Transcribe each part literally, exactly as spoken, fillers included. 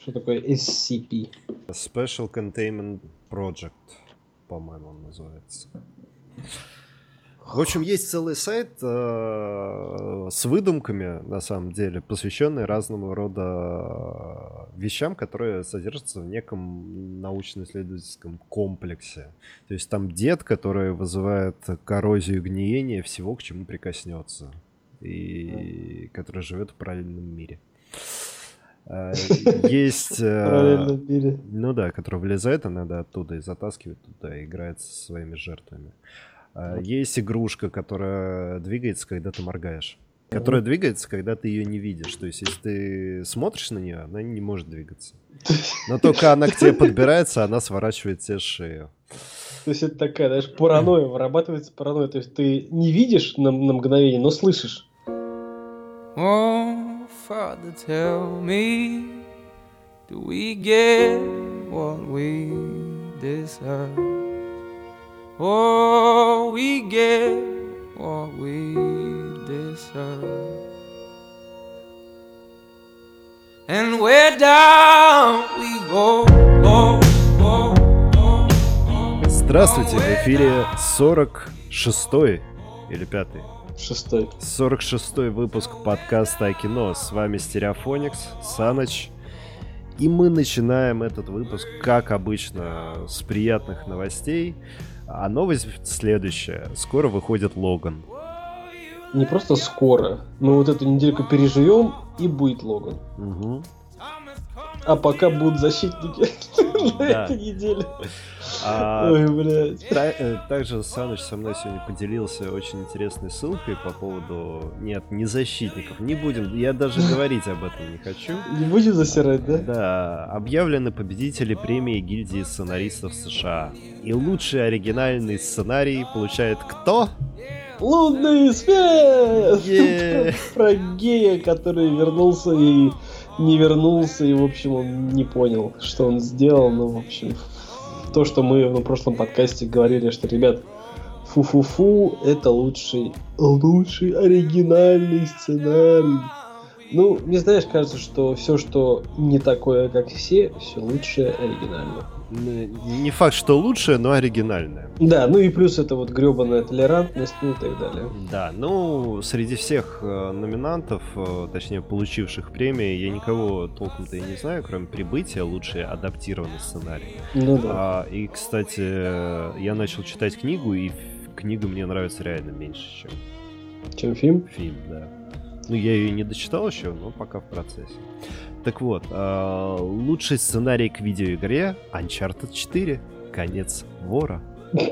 Что такое эс си пи? Special Containment Project, по-моему, он называется. В общем, есть целый сайт э, с выдумками, на самом деле, посвященный разного рода вещам, которые содержатся в неком научно-исследовательском комплексе. То есть там дед, который вызывает коррозию и гниение всего, к чему прикоснется, и который живет в параллельном мире. Есть... Параллельном мире. Ну да, который влезает, а надо оттуда и затаскивает туда, и играет со своими жертвами. Есть игрушка, которая двигается, когда ты моргаешь. Которая двигается, когда ты ее не видишь. То есть, если ты смотришь на нее, она не может двигаться. Но только она к тебе подбирается, она сворачивает тебе шею. То есть, это такая, знаешь, паранойя, вырабатывается паранойя. То есть, ты не видишь на, на мгновение, но слышишь. Oh, Father, tell me, do we get what we deserve? Oh, we get what we deserve. And where down we go, go, go, go, go. Здравствуйте, в эфире сорок шестой или пятый? Шестой. сорок шестой выпуск подкаста о кино. С вами Стереофоникс, Саныч. И мы начинаем этот выпуск, как обычно, с приятных новостей. А новость следующая. Скоро выходит Логан. Не просто скоро. Мы вот эту недельку переживем, и будет Логан. Угу. А пока будут защитники на Да. этой неделе. А, Ой, блядь. та- э, также Саныч со мной сегодня поделился очень интересной ссылкой по поводу... Нет, не защитников. Не будем... Я даже говорить об этом не хочу. Не будем засирать, да? Да, объявлены победители премии гильдии сценаристов США. И лучший оригинальный сценарий получает кто? Лунный свет! Е. Про гея, который вернулся и не вернулся, и, в общем, он не понял, что он сделал. Ну, в общем, то, что мы в прошлом подкасте говорили, что, ребят, фу-фу-фу, это лучший, лучший оригинальный сценарий. Ну, мне, знаешь, кажется, что все, что не такое, как все, все лучшее оригинальное. Н- Не факт, что лучшее, но оригинальное. Да, ну и плюс это вот гребаная толерантность, ну и так далее. Да, ну, среди всех э, номинантов, э, точнее, получивших премии, я никого толком-то и не знаю, кроме «Прибытия», лучший адаптированный сценарий. Ну да. А, и, кстати, э, я начал читать книгу, и ф- книга мне нравится реально меньше, чем Чем фильм? фильм, да. Ну, я ее не дочитал еще, но пока в процессе. Так вот, э, лучший сценарий к видеоигре Uncharted четыре. Конец вора.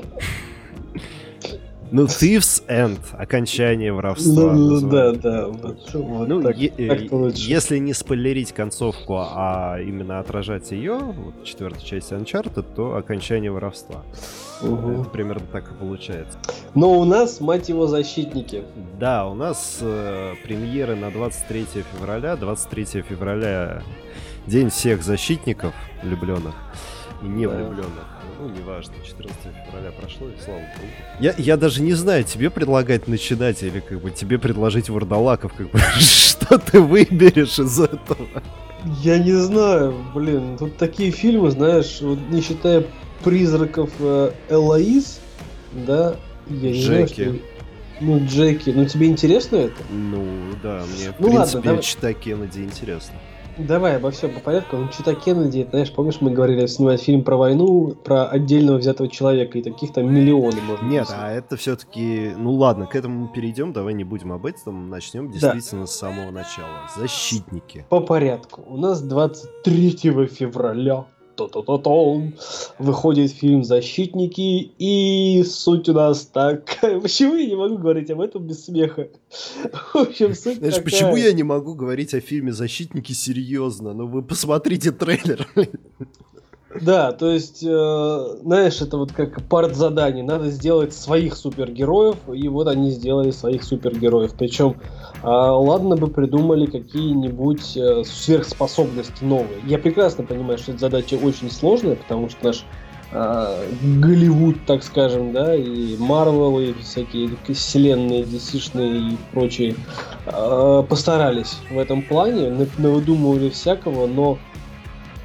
Ну, Thieves End. Окончание воровства. Ну, ну, да, называют. да. Вот, вот Ну, так, е- так-то лучше. если не спойлерить концовку, а именно отражать ее, вот четвертая часть Uncharted, то окончание воровства. Мгм. Это примерно так и получается. Но у нас, мать его, защитники. Да, у нас э, премьеры на двадцать третье февраля. двадцать третье февраля День всех защитников влюбленных и не Да. влюбленных. Ну, неважно, четырнадцатое февраля прошло, и слава богу. Я, я даже не знаю, тебе предлагать начинать или как бы тебе предложить вурдалаков, как бы что ты выберешь из этого. Я не знаю, блин, тут такие фильмы, знаешь, вот не считая призраков э, Элоиз, да, я не знаю, Джеки. что... Ну, Джеки, ну тебе интересно это? Ну, да, мне, в Ну ладно, принципе, давай. читать Кеннеди интересно. Давай обо всем по порядку. Ну, Чита Кеннеди, это, знаешь, помнишь, мы говорили, снимать фильм про войну, про отдельного взятого человека, и таких там миллионы, может быть. Нет, а это все-таки... Ну ладно, к этому мы перейдем, давай не будем об этом, начнем действительно с самого начала. Защитники. По порядку. У нас двадцать третьего февраля то-то-то-то, выходит фильм «Защитники», и суть у нас такая. Почему я не могу говорить об этом без смеха? В общем, суть Знаешь, такая. почему я не могу говорить о фильме «Защитники» серьезно? Ну вы посмотрите трейлер. Да, то есть, э, знаешь, это вот как партзадание. Надо сделать своих супергероев, и вот они сделали своих супергероев. Причем, э, ладно бы придумали какие-нибудь э, сверхспособности новые. Я прекрасно понимаю, что эта задача очень сложная, потому что наш э, Голливуд, так скажем, да, и Марвел, и всякие вселенные, ди си-шные и прочие э, постарались в этом плане, навыдумывали всякого, но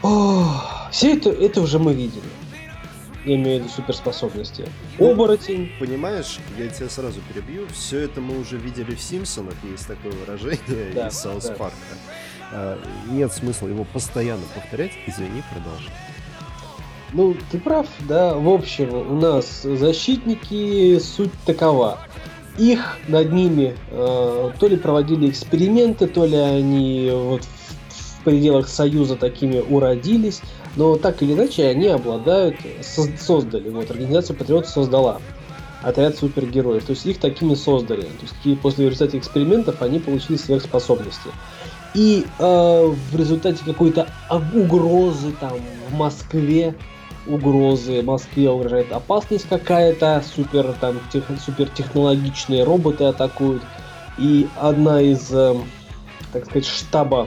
О, все это, это уже мы видели. Я имею в виду суперспособности. Оборотень. Понимаешь, я тебя сразу перебью. Все это мы уже видели в «Симпсонах», есть такое выражение, Да, из «Саус да. Парка». А, нет смысла его постоянно повторять. Извини, продолжи. Ну, ты прав, да. В общем, у нас защитники, суть такова. Их над ними э, то ли проводили эксперименты, то ли они вот в, в пределах Союза такими уродились, но так или иначе они обладают, со- создали, вот, Организация Патриот создала отряд супергероев, то есть их такими создали, то есть и после результата экспериментов они получили сверхспособности. И э, в результате какой-то об- угрозы там в Москве, угрозы Москве угрожает опасность какая-то, супер там тех, супертехнологичные роботы атакуют, и одна из, э, так сказать, штаба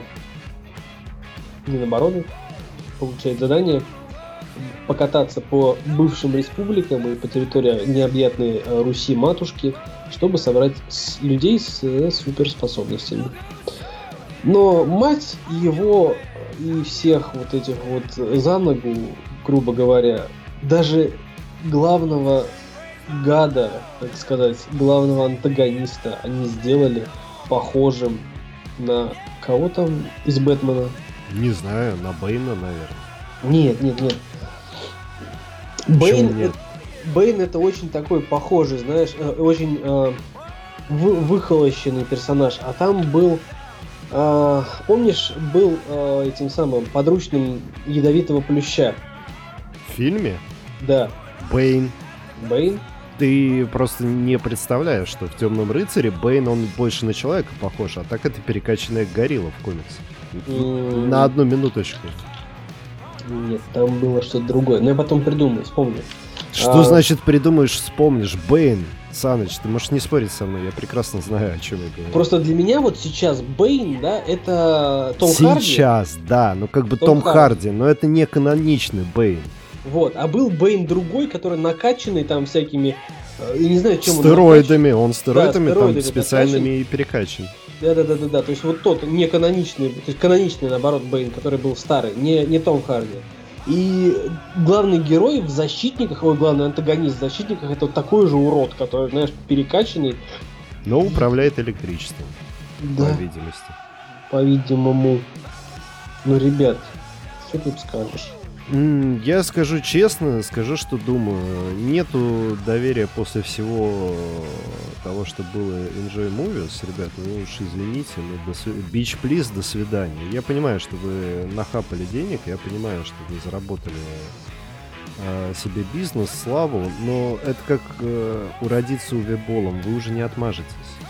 Минобороны получает задание покататься по бывшим республикам и по территории необъятной э, Руси матушки, чтобы собрать с- людей с э, суперспособностями. Но мать его и всех вот этих вот за ногу, грубо говоря, даже главного гада, так сказать, главного антагониста они сделали похожим на кого там из Бэтмена? Не знаю, на Бэйна, наверное. Нет, нет, нет. Почему Бэйн, нет? это, Бэйн это очень такой похожий, знаешь, э, очень э, вы- выхолощенный персонаж. А там был, э, помнишь, был э, этим самым подручным ядовитого плюща. В фильме Да, Бэйн. Бэйн. Ты просто не представляешь, что в «Темном рыцаре» Бэйн, он больше на человека похож, а так это перекачанная горилла в комиксе. М. На одну минуточку. Нет, там было что-то другое. Но я потом придумаю, вспомню. Что А. значит придумаешь, вспомнишь? Бэйн, Саныч, ты можешь не спорить со мной, я прекрасно знаю, о чем я говорю. Просто для меня вот сейчас Бэйн, да, это Том Харди. Сейчас, да, ну как бы Том Том, Харди, но это не каноничный Бэйн. Вот, а был Бэйн другой, который накачанный там всякими, э, я не знаю, чем он Стероидами, он стероидами, стероидами там специальными и перекачан. Да, да, да, да, да. То есть вот тот не каноничный, то есть каноничный, наоборот, Бэйн, который был старый, не, не Том Харди. И главный герой в защитниках, ой, главный антагонист в защитниках, это вот такой же урод, который, знаешь, перекачанный. Но управляет электричеством, Да, по видимости. по-видимому. Ну, ребят, что тут скажешь? М, Я скажу честно, скажу, что думаю. Нету доверия после всего того, что было Enjoy Movies. Ребят, ну уж извините, но до сви- Beach Please, до свидания. Я понимаю, что вы нахапали денег, я понимаю, что вы заработали э, себе бизнес, славу, но это как э, уродиться увеболом, вы уже не отмажетесь.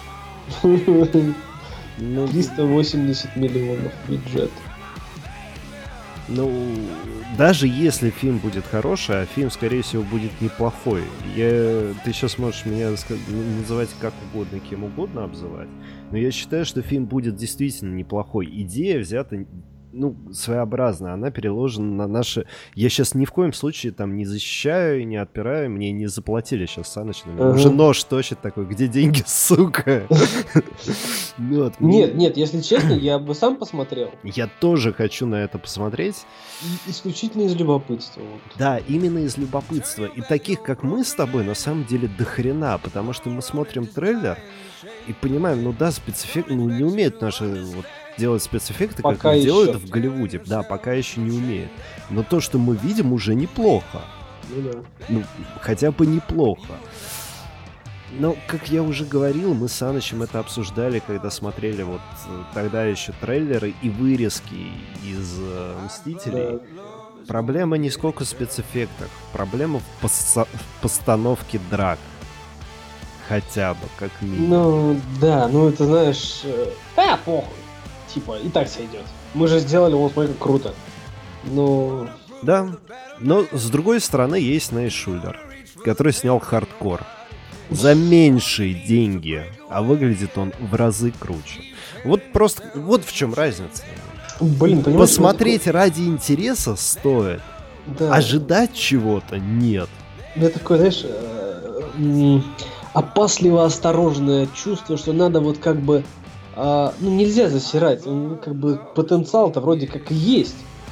Ну, триста восемьдесят миллионов бюджет. Ну, даже если фильм будет хороший, а фильм, скорее всего, будет неплохой. Я... Ты сейчас можешь меня ска- называть как угодно, кем угодно обзывать, но я считаю, что фильм будет действительно неплохой. Идея взята, ну, своеобразная, она переложена на наши... Я сейчас ни в коем случае там не защищаю, не отпираю, мне не заплатили сейчас, Саныч, на меня Ага. уже нож точит такой, где деньги, сука? Ну вот, мне- Нет, нет, если честно, я бы сам посмотрел. Я тоже хочу на это посмотреть. И- исключительно из любопытства. вот. Да, именно из любопытства. И таких, как мы с тобой, на самом деле дохрена, потому что мы смотрим трейлер и понимаем, ну да, спецэффекты, ну не умеют наши вот, делать спецэффекты, как Пока их еще. делают в Голливуде. Да, пока еще не умеют. Но то, что мы видим, уже неплохо. Ну да. Ну, хотя бы неплохо. Но, как я уже говорил, мы с Санычем это обсуждали, когда смотрели вот э, тогда еще трейлеры и вырезки из э, «Мстителей». Да. Проблема не сколько в спецэффектах, проблема в, посо- в постановке драк. Хотя бы, как минимум. Ну, да, ну это знаешь... э, А, похуй. Типа, и так сойдет. Мы же сделали, вот смотри, как круто. Ну, Да, но с другой стороны есть Нейт Шульдер, который снял «Хардкор» за меньшие деньги, а выглядит он в разы круче. Вот просто, вот в чем разница. блин, понимаешь... Посмотреть ради интереса стоит, ну, да. ожидать чего-то нет. У меня такое, знаешь, э, м, опасливо осторожное чувство, что надо вот как бы... а, ну, нельзя засирать. Он, как бы потенциал-то вроде как и есть.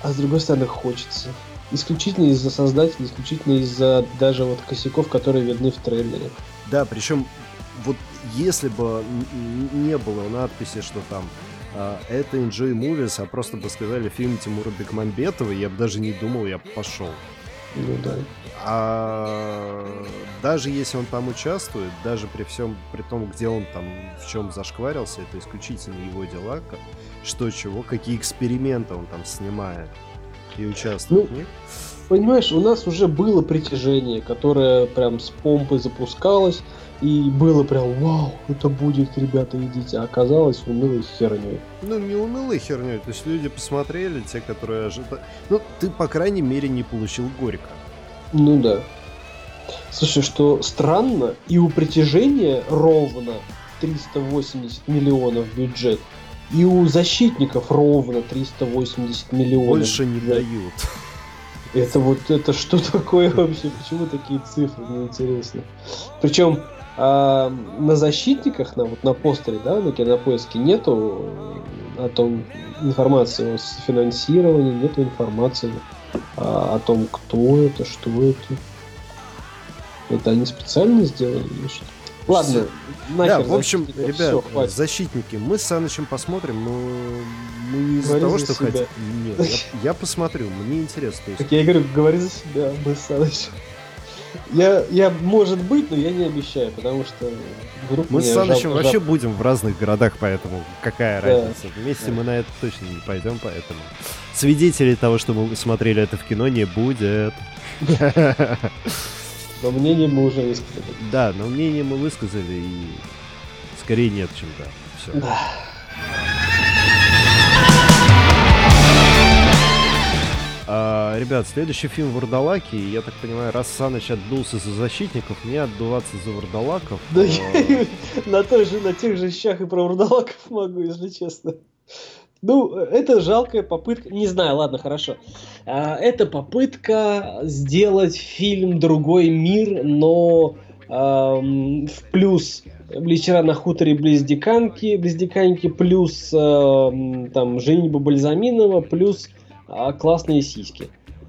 а с другой стороны хочется. Исключительно из-за создателей, исключительно из-за даже вот косяков, которые видны в трейлере. Да, причем вот если бы не было надписи, что там а, это Enjoy Movies, а просто бы сказали фильм Тимура Бекмамбетова, я бы даже не думал, я бы пошел. Ну да. А даже если он там участвует, даже при всем, при том, где он там в чем зашкварился, это исключительно его дела, как, что чего, какие эксперименты он там снимает и участвует ну, в них. Понимаешь, у нас уже было притяжение, которое прям с помпой запускалось, и было прям, вау, это будет, ребята, идите, а оказалось унылой херней. Ну, не унылой херней, то есть люди посмотрели, те, которые ожидали. Ну, ты, по крайней мере, не получил горько. Ну да. Слушай, что странно, и у притяжения ровно триста восемьдесят миллионов бюджет, и у защитников ровно триста восемьдесят миллионов. Больше не бюджет. дают. Это вот, это что такое вообще? Почему такие цифры? Мне интересно. Причем а, на защитниках, на, вот на постере, да, на Кинопоиске нету о том информации о финансировании, нету информации а, о том, кто это, что это. Это они специально сделали или что? Ладно, да, в общем, ребят, Всё, защитники, мы с Санычем посмотрим, но мы не из-за Говори того, за что себя. хотим. Нет, я, я посмотрю, мне интересно. То есть... Так я и говорю, говори за себя, мы с Санычем. Я, я, может быть, но я не обещаю, потому что вдруг Мы мне с Санычем жаб- вообще жаб- будем в разных городах, поэтому какая Да. разница? Вместе Да. мы на это точно не пойдем, поэтому свидетелей того, что мы смотрели это в кино, не будет. Но мнение мы уже высказали. Да, но мнение мы высказали, и скорее нет, чем да. Все. Да. А, ребят, следующий фильм «Вурдалаки». Я так понимаю, раз Саныч отдулся за защитников, мне отдуваться за вурдалаков. Да А, я на, той же, на тех же щах и про вурдалаков могу, если честно. Ну, это жалкая попытка. Не знаю, ладно, хорошо. А, это попытка сделать фильм «Другой мир», но ам, в плюс «Вечера на хуторе близ Диканьки», близ Диканьки, плюс ам, там «Женитьба Бальзаминова», плюс а, классные сиськи.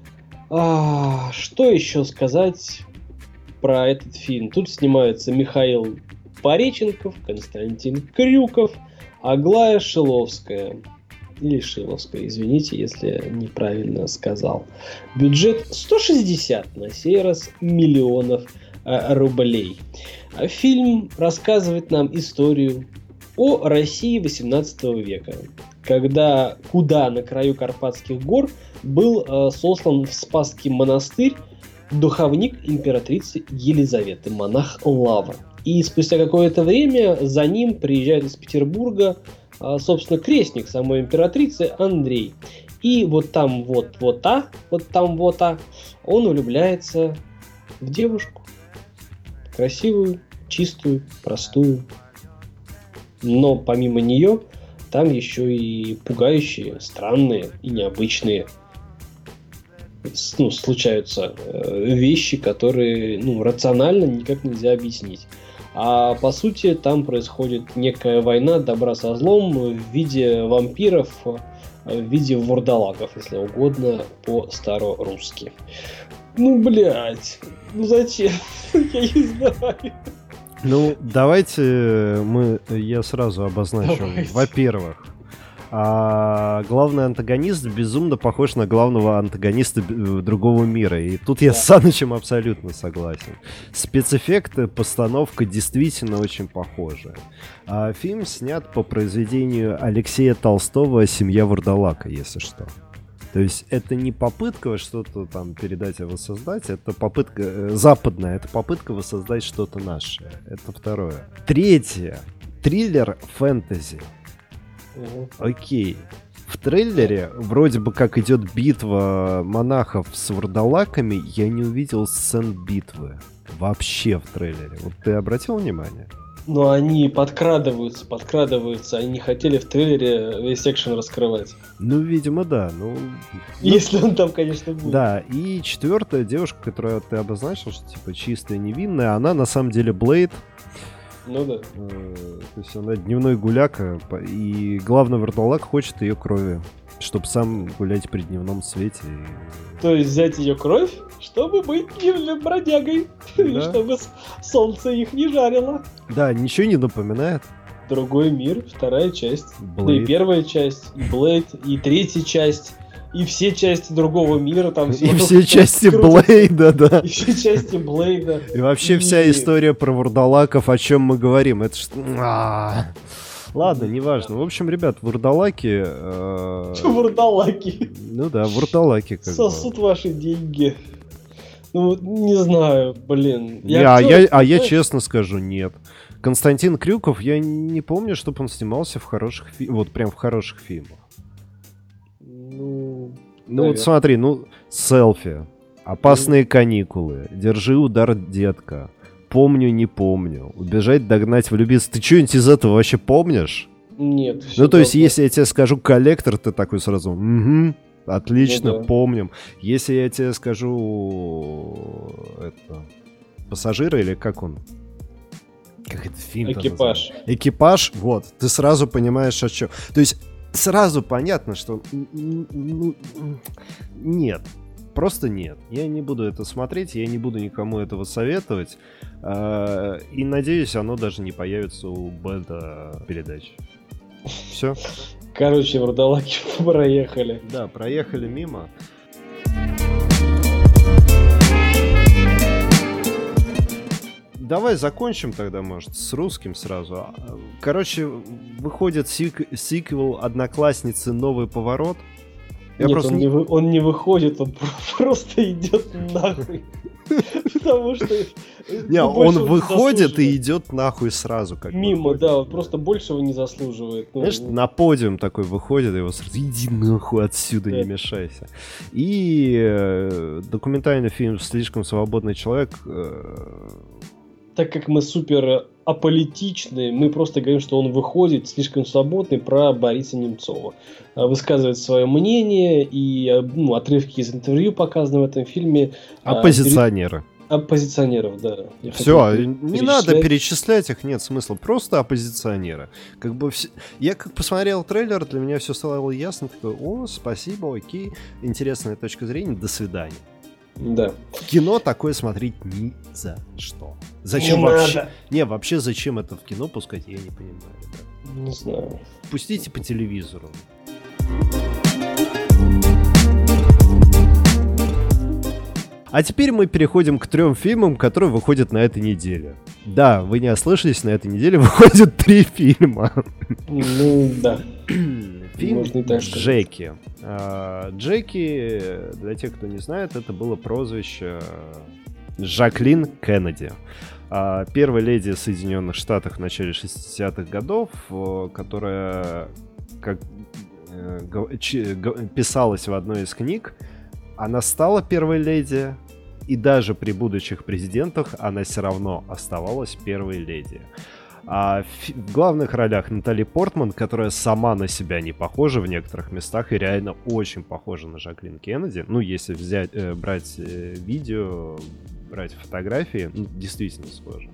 А, что еще сказать про этот фильм? Тут снимаются Михаил Пореченков, Константин Крюков, Аглая Шиловская. Или Шиловская, извините, если неправильно сказал. Бюджет сто шестьдесят, на сей раз, миллионов э, рублей. А фильм рассказывает нам историю о России восемнадцатого века, когда куда на краю Карпатских гор был э, сослан в Спасский монастырь духовник императрицы Елизаветы, монах Лавр. И спустя какое-то время за ним приезжает из Петербурга, а, собственно, крестник самой императрицы Андрей. И вот там вот вот а, вот там вот а, он влюбляется в девушку. Красивую, чистую, простую. Но помимо нее там еще и пугающие, странные и необычные ну, случаются э, вещи, которые ну, рационально никак нельзя объяснить. А по сути там происходит некая война добра со злом в виде вампиров, в виде вурдалаков, если угодно, по-старорусски. Ну, блядь, ну зачем? Я не знаю. Ну, давайте мы, я сразу обозначу. Давайте. Во-первых, а, главный антагонист безумно похож на главного антагониста б- другого мира. И тут я Да. с Санычем абсолютно согласен. Спецэффекты, постановка действительно очень похожи. А фильм снят по произведению Алексея Толстого «Семья Вурдалака», если что. То есть это не попытка что-то там передать и воссоздать, это попытка э, западная, это попытка воссоздать что-то наше. Это второе. Третье. Триллер фэнтези. Угу. Окей. В трейлере вроде бы как идет битва монахов с вурдалаками, я не увидел сцен битвы. Вообще в трейлере. Вот ты обратил внимание? Но они подкрадываются, подкрадываются. Они не хотели в трейлере весь экшен раскрывать. Ну, видимо, да. Ну, ну, Если он там, конечно, будет. да, и четвертая девушка, которую ты обозначил, что типа чистая, невинная, она на самом деле Блейд. Ну да. Э, То есть она дневной гуляка, по- и главный вурдалак хочет ее крови, чтобы сам гулять при дневном свете. и- То есть взять ее кровь, чтобы быть дневным бродягой. И Да. чтобы с- солнце их не жарило. Да, ничего не напоминает. Другой мир, вторая часть. Да и Блейд. первая часть, и Блейд, и третья часть, и все части другого мира там И всё все части крутится. Блейда, да. И все части Блейда. И вообще И- вся история про вурдалаков, о чем мы говорим, это что... А. Ладно, неважно. В общем, ребят, вурдалаки... э, Вурдалаки. Ну да, вурдалаки как бы. Сосут ваши деньги. Ну, вот не знаю, блин. Не, а, актёр, я, а я знаешь, честно скажу, нет. Константин Крюков, я не помню, чтобы он снимался в хороших фильмах. Вот прям в хороших фильмах. Ну, Ну вот Наверно. смотри, ну, селфи, опасные каникулы, держи удар, детка, помню, не помню, убежать, догнать, влюбиться. Ты что-нибудь из этого вообще помнишь? нет. Ну, всё то есть, должно- если я тебе скажу коллектор, ты такой сразу, угу, отлично, Ну да. помним. Если я тебе скажу, это, пассажиры или как он? Как это фильм? Экипаж. Экипаж, вот, ты сразу понимаешь, о чем. То есть, сразу понятно, что м, м, ну, м, нет. Просто нет. Я не буду это смотреть, я не буду никому этого советовать. э, И надеюсь, оно даже не появится у бета-передач. Все? Короче, вурдалаки проехали. Да, проехали мимо. Давай закончим тогда, может, с русским сразу. А, Короче, выходит сик- сиквел «Одноклассницы. Новый поворот». Я Нет, просто он, не- не вы- он не выходит, он просто идет нахуй. Потому что... Не, ну, он большего не выходит и заслуживает. идет нахуй сразу. Как Мимо, выходит. да, он просто большего не заслуживает. Ну, Знаешь, на подиум такой выходит, и его сразу иди нахуй отсюда, не Да. мешайся. И э, документальный фильм «Слишком свободный человек». э, Так как мы супер аполитичны, мы просто говорим, что он выходит слишком свободный про Бориса Немцова. А, Высказывает свое мнение, и а, ну, отрывки из интервью показаны в этом фильме. а, Оппозиционеры. пере- Оппозиционеров, да. Я Все, хотел не перечислять. надо перечислять их, нет смысла. Просто оппозиционеры. Как бы все... Я как посмотрел трейлер, для меня все стало ясно. Такой, о, спасибо, окей, интересная точка зрения, до свидания. Да. В кино такое смотреть ни за что. Зачем Не вообще? надо. Не, вообще зачем это в кино пускать, я не понимаю. ребят. Не знаю. Пустите по телевизору. А теперь мы переходим к трем фильмам, которые выходят на этой неделе. Да, вы не ослышались, на этой неделе выходят три фильма. Ну, да. Фильм Можно и так сказать. Джеки. А, Джеки, для тех, кто не знает, это было прозвище Жаклин Кеннеди. А, Первая леди Соединенных Штатов в начале шестидесятых годов, э, которая, как э, гов- чи- г- писалась в одной из книг, она стала первой леди, и даже при будущих президентах она все равно оставалась первой леди. А в, фи- в главных ролях Натали Портман, которая сама на себя не похожа в некоторых местах и реально очень похожа на Жаклин Кеннеди. Ну, если взять, э, брать э, видео, брать фотографии, ну, действительно схожа.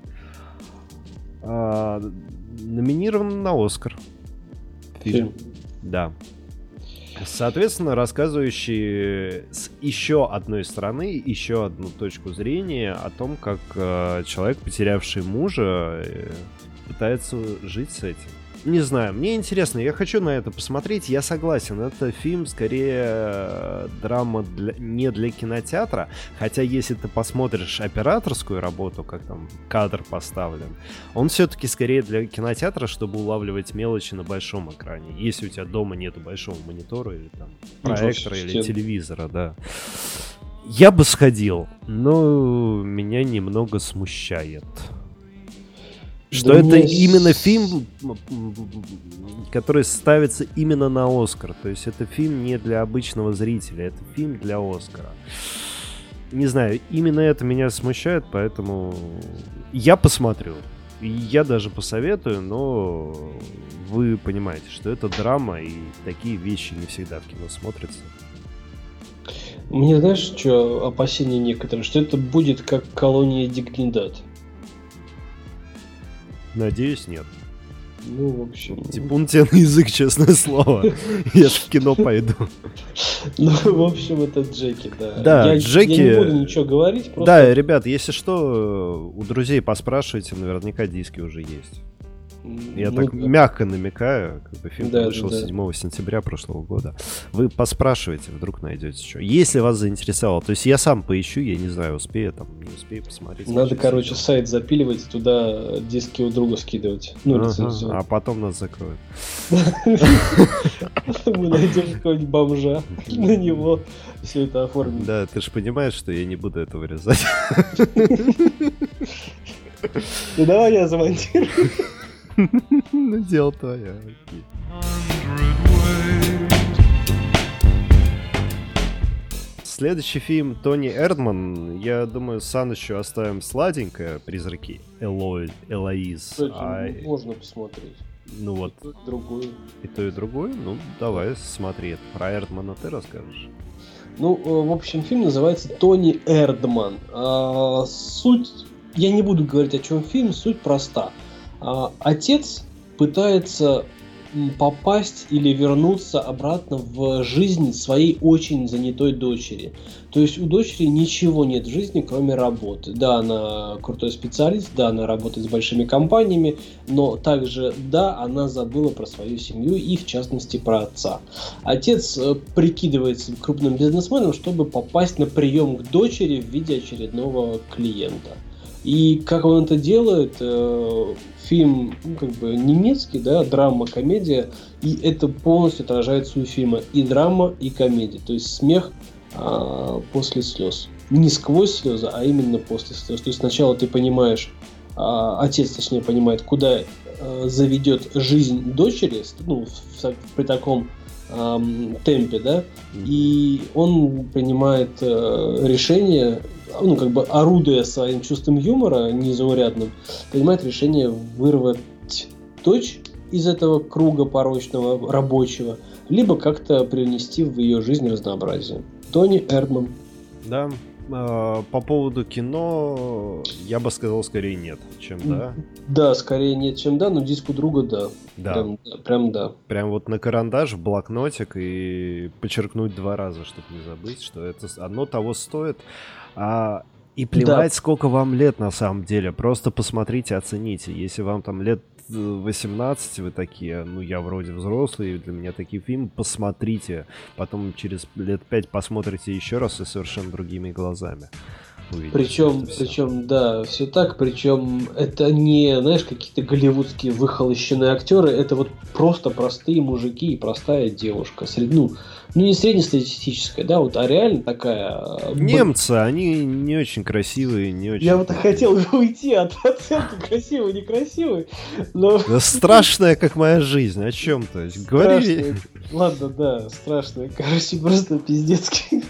А, номинирован на Оскар. Фильм. Да. Соответственно, рассказывающий с еще одной стороны, еще одну точку зрения о том, как э, человек, потерявший мужа, э, пытается жить с этим. Не знаю, мне интересно, я хочу на это посмотреть, я согласен, это фильм скорее э, драма для, не для кинотеатра, хотя если ты посмотришь операторскую работу, как там кадр поставлен, он все-таки скорее для кинотеатра, чтобы улавливать мелочи на большом экране, если у тебя дома нет большого монитора или там проектора или Слушайте. телевизора, да. Я бы сходил, но меня немного смущает. Что Да это мне именно с- фильм, м, м, который ставится именно на Оскар. То есть это фильм не для обычного зрителя, это фильм для Оскара. Не знаю, именно это меня смущает, поэтому я посмотрю. И я даже посоветую, но вы понимаете, что это драма, и такие вещи не всегда в кино смотрятся. Мне знаешь, что опасения некоторые, что это будет как колония Дигнидад. Надеюсь, нет. Ну, в общем... Типун тебе на язык, честное слово. Я ж в кино пойду. Ну, в общем, это Джеки, да. Да, я, Джеки... Я не буду ничего говорить, просто... Да, ребят, если что, у друзей поспрашивайте, наверняка диски уже есть. Я ну, так да. мягко намекаю, как бы фильм Да, вышел да, да. седьмого сентября прошлого года. Вы поспрашивайте, вдруг найдете что. Если вас заинтересовало, то есть я сам поищу, я не знаю, успею там, не успею посмотреть. Надо, сейчас короче, сидел. сайт запиливать, туда диски у друга скидывать. Ну, Ага, лицензию. а потом нас закроют. Мы найдем какого-нибудь бомжа, на него все это оформим. Да, ты же понимаешь, что я не буду это вырезать. Ну давай я замонтирую. Ну, дело твое. окей. Следующий фильм Тони Эрдман. Я думаю, Санычу оставим сладенькое. Призраки Элой, Элоиз. Кстати, А, можно посмотреть. ну вот, Другую. и то, и другое. Ну, давай, смотри. Про Эрдмана ты расскажешь. Ну, э, в общем, фильм называется «Тони Эрдман». А, суть... Я не буду говорить, о чем фильм, суть проста. А, отец пытается м, попасть или вернуться обратно в жизнь своей очень занятой дочери. То есть у дочери ничего нет в жизни, кроме работы. Да, она крутой специалист, да, она работает с большими компаниями, но также, да, она забыла про свою семью и, в частности, про отца. Отец э, прикидывается крупным бизнесменом, чтобы попасть на прием к дочери в виде очередного клиента. И как он это делает, э, фильм, ну, как бы немецкий, да, драма, комедия, и это полностью отражается у фильма и драма, и комедия, то есть смех э, после слез. Не сквозь слезы, а именно после слез. То есть сначала ты понимаешь, э, отец, точнее, понимает, куда э, заведет жизнь дочери, ну, в, в, при таком э, темпе, да, и он принимает э, решение, ну, как бы орудуя своим чувством юмора незаурядным, принимает решение вырвать дочь из этого круга порочного рабочего, либо как-то привнести в ее жизнь разнообразие. Тони Эрдман. Да, э, по поводу кино, я бы сказал, скорее нет, чем да. Да, скорее нет, чем да, но диск у друга да. Да. Прям, да, прям да. Прям вот на карандаш, в блокнотик и подчеркнуть два раза, чтобы не забыть, что это одно того стоит. А, и плевать, да. Сколько вам лет на самом деле. Просто посмотрите, оцените. Если вам там лет восемнадцать, вы такие, ну я вроде взрослый, для меня такие фильмы, посмотрите. Потом через лет пять посмотрите еще раз и совершенно другими глазами. Увидите, причем, причем, да, все так, причем это не, знаешь, какие-то голливудские выхолощенные актеры, это вот просто простые мужики и простая девушка. Сред... Ну, ну, не среднестатистическая, да, вот, а реально такая... Немцы, они не очень красивые, не очень... Я вот хотел уйти от оценки красивый, некрасивый, но... Да страшная, как моя жизнь, о чем то говори. Ладно, да, страшная, короче, просто пиздецкий.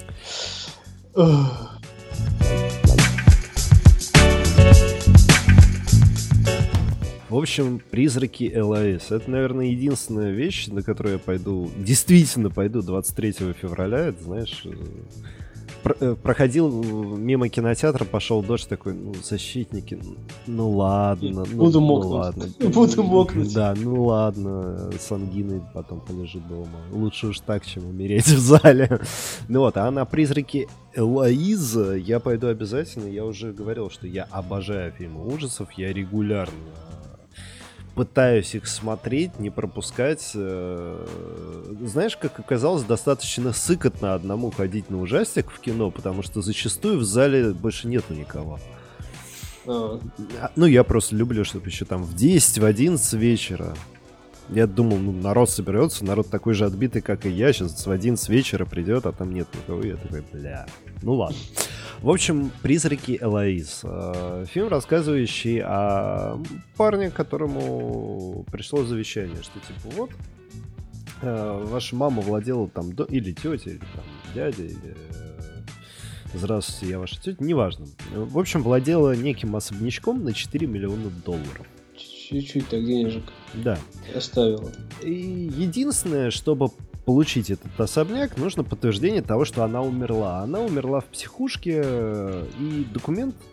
В общем, «Призраки Элоиз». Это, наверное, единственная вещь, на которую я пойду, действительно пойду двадцать третьего февраля. Это, знаешь, про- проходил мимо кинотеатра, пошел дождь, такой, ну, защитники, ну ладно. Ну, Буду ну, мокнуть. ладно. Буду мокнуть. Да, ну ладно, с ангиной потом полежит дома. Лучше уж так, чем умереть в зале. Ну вот, а на «Призраки Элоиз» я пойду обязательно. Я уже говорил, что я обожаю фильмы ужасов, я регулярно пытаюсь их смотреть, не пропускать. Знаешь, как оказалось, достаточно сыкотно одному ходить на ужастик в кино, потому что зачастую в зале больше нету никого. А. Ну, я просто люблю, чтобы еще там в десять, в одиннадцать вечера. Я думал, ну, народ соберется, народ такой же отбитый, как и я. Сейчас в одиннадцать вечера придет, а там нет никого. И я такой, бля, ну ладно. В общем, «Призраки Элоиз». Фильм, рассказывающий о парне, которому пришло завещание, что типа вот, ваша мама владела там, или тетя, или там дядя, или... Здравствуйте, я ваша тетя, неважно. В общем, владела неким особнячком на четыре миллиона долларов. Чуть-чуть так денежек. Да. Оставила. И единственное, чтобы получить этот особняк, нужно подтверждение того, что она умерла. Она умерла в психушке, и документ,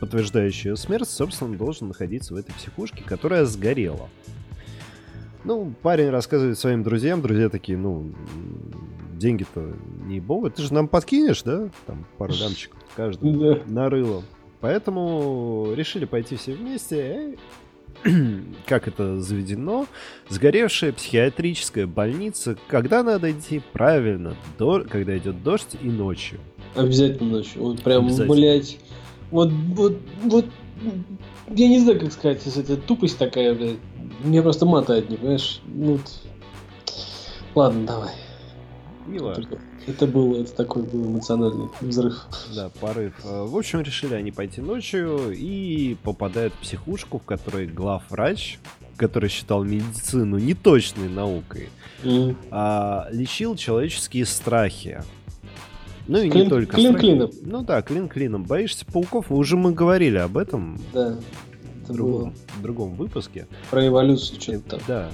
подтверждающий ее смерть, собственно, должен находиться в этой психушке, которая сгорела. Ну, парень рассказывает своим друзьям, друзья такие, ну, деньги-то не ебовые, ты же нам подкинешь, да? Там пару лямчиков каждому нарыло. Поэтому решили пойти все вместе. Как это заведено? Сгоревшая психиатрическая больница. Когда надо идти? Правильно, до... когда идет дождь и ночью. Обязательно ночью. Вот прям, блядь. Вот, вот, вот. Я не знаю, как сказать, если это тупость такая, блядь. Мне просто мотает, не понимаешь? Вот. Ладно, давай. Не важно. Это был, это такой был эмоциональный взрыв. Да, порыв. В общем, решили они пойти ночью и попадают в психушку, в которой главврач, который считал медицину неточной наукой, mm. а, лечил человеческие страхи. Ну и клин, не только клин страхи. Клином. Ну да, клин клином. Боишься пауков? Уже мы говорили об этом. Да. В другом, в другом выпуске. Про эволюцию что-то там. Да.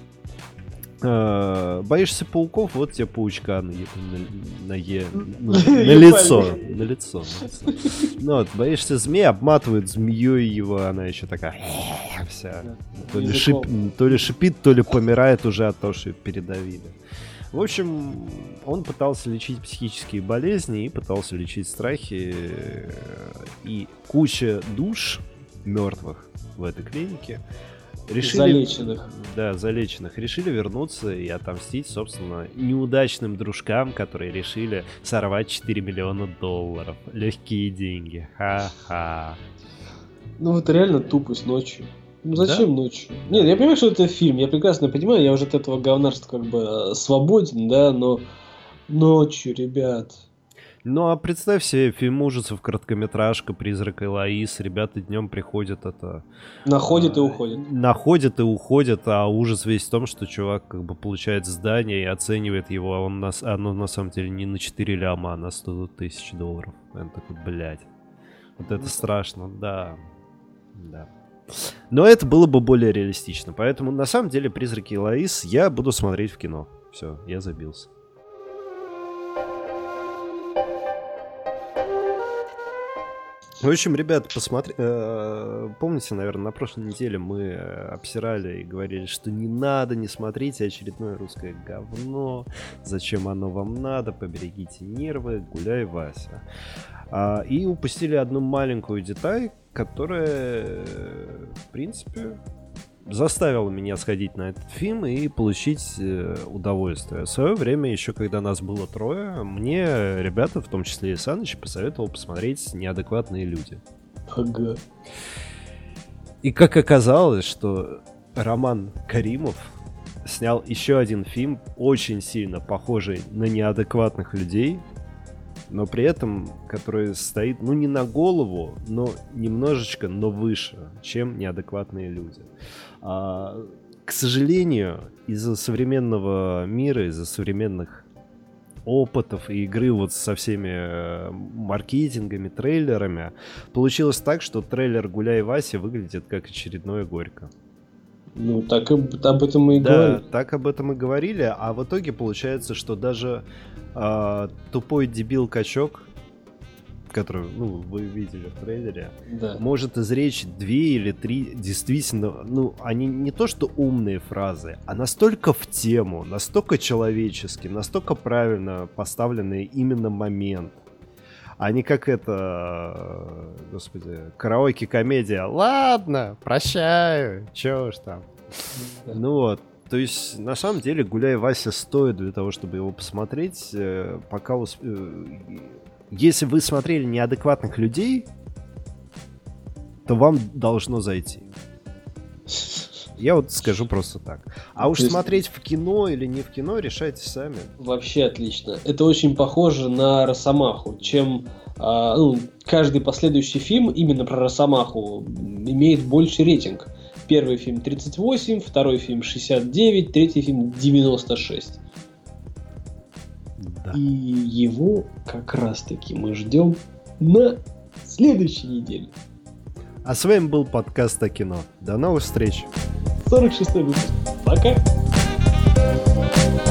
А, боишься пауков, вот тебе паучка на, на, на, е, ну, на лицо. На лицо. Ну вот, боишься змеи, обматывают змеей его, она еще такая вся. То ли, шип, то ли шипит, то ли помирает уже от того, что ее передавили. В общем, он пытался лечить психические болезни и пытался лечить страхи. И куча душ мертвых в этой клинике решили, залеченных. Да, залеченных. Решили вернуться и отомстить, собственно, неудачным дружкам, которые решили сорвать четыре миллиона долларов. Легкие деньги. Ха-ха. Ну вот реально тупость ночью. Ну зачем да? ночью? Нет, я понимаю, что это фильм, я прекрасно понимаю, я уже от этого говнарства как бы свободен, да, но ночью, ребят... Ну, а представь себе, фильм ужасов, короткометражка, «Призрак Элоиз», ребята днем приходят, это... Находят а, и уходят. Находят и уходят, а ужас весь в том, что чувак как бы получает здание и оценивает его, а он на, оно на самом деле не на четыре ляма, а на сто тысяч долларов. Он такой, блядь, вот это страшно, да, да. Но это было бы более реалистично, поэтому на самом деле «Призраки Элоиз» я буду смотреть в кино. Все, я забился. В общем, ребят, посмотри... Э, помните, наверное, на прошлой неделе мы обсирали и говорили, что не надо, не смотрите очередное русское говно, зачем оно вам надо, поберегите нервы, гуляй, Вася. А, и упустили одну маленькую деталь, которая, в принципе, заставила меня сходить на этот фильм и получить э, удовольствие. В свое время, еще когда нас было трое, мне ребята, в том числе и Саныч, посоветовал посмотреть «Неадекватные люди». Ага. И как оказалось, что Роман Каримов снял еще один фильм, очень сильно похожий на «Неадекватных людей», но при этом, который стоит, ну, не на голову, но немножечко, но выше, чем «Неадекватные люди». А, к сожалению, из-за современного мира, из-за современных опытов и игры вот со всеми маркетингами, трейлерами, получилось так, что трейлер «Гуляй, Вася» выглядит как очередное «Горько». Ну, так и, об этом мы и да, говорили. Да, так об этом и говорили, а в итоге получается, что даже э, тупой дебил-качок, который, ну, вы видели в трейлере, да. может изречь две или три действительно, ну, они не то что умные фразы, а настолько в тему, настолько человеческие, настолько правильно поставленный именно момент. А не как это, господи, караоке-комедия. Ладно, прощаю, чё уж там. Да. Ну вот, то есть, на самом деле, «Гуляй, Вася» стоит для того, чтобы его посмотреть, пока... Усп... Если вы смотрели «Неадекватных людей», то вам должно зайти. Я вот скажу просто так. А уж есть... смотреть в кино или не в кино, решайте сами. Вообще отлично. Это очень похоже на «Росомаху», чем а, ну, каждый последующий фильм именно про «Росомаху» имеет больший рейтинг. Первый фильм тридцать восемь, второй фильм шестьдесят девять, третий фильм девяносто шесть. Да. И его как раз-таки мы ждем на следующей неделе. А с вами был подкаст о кино. До новых встреч. сорок шестой выпуск. Пока.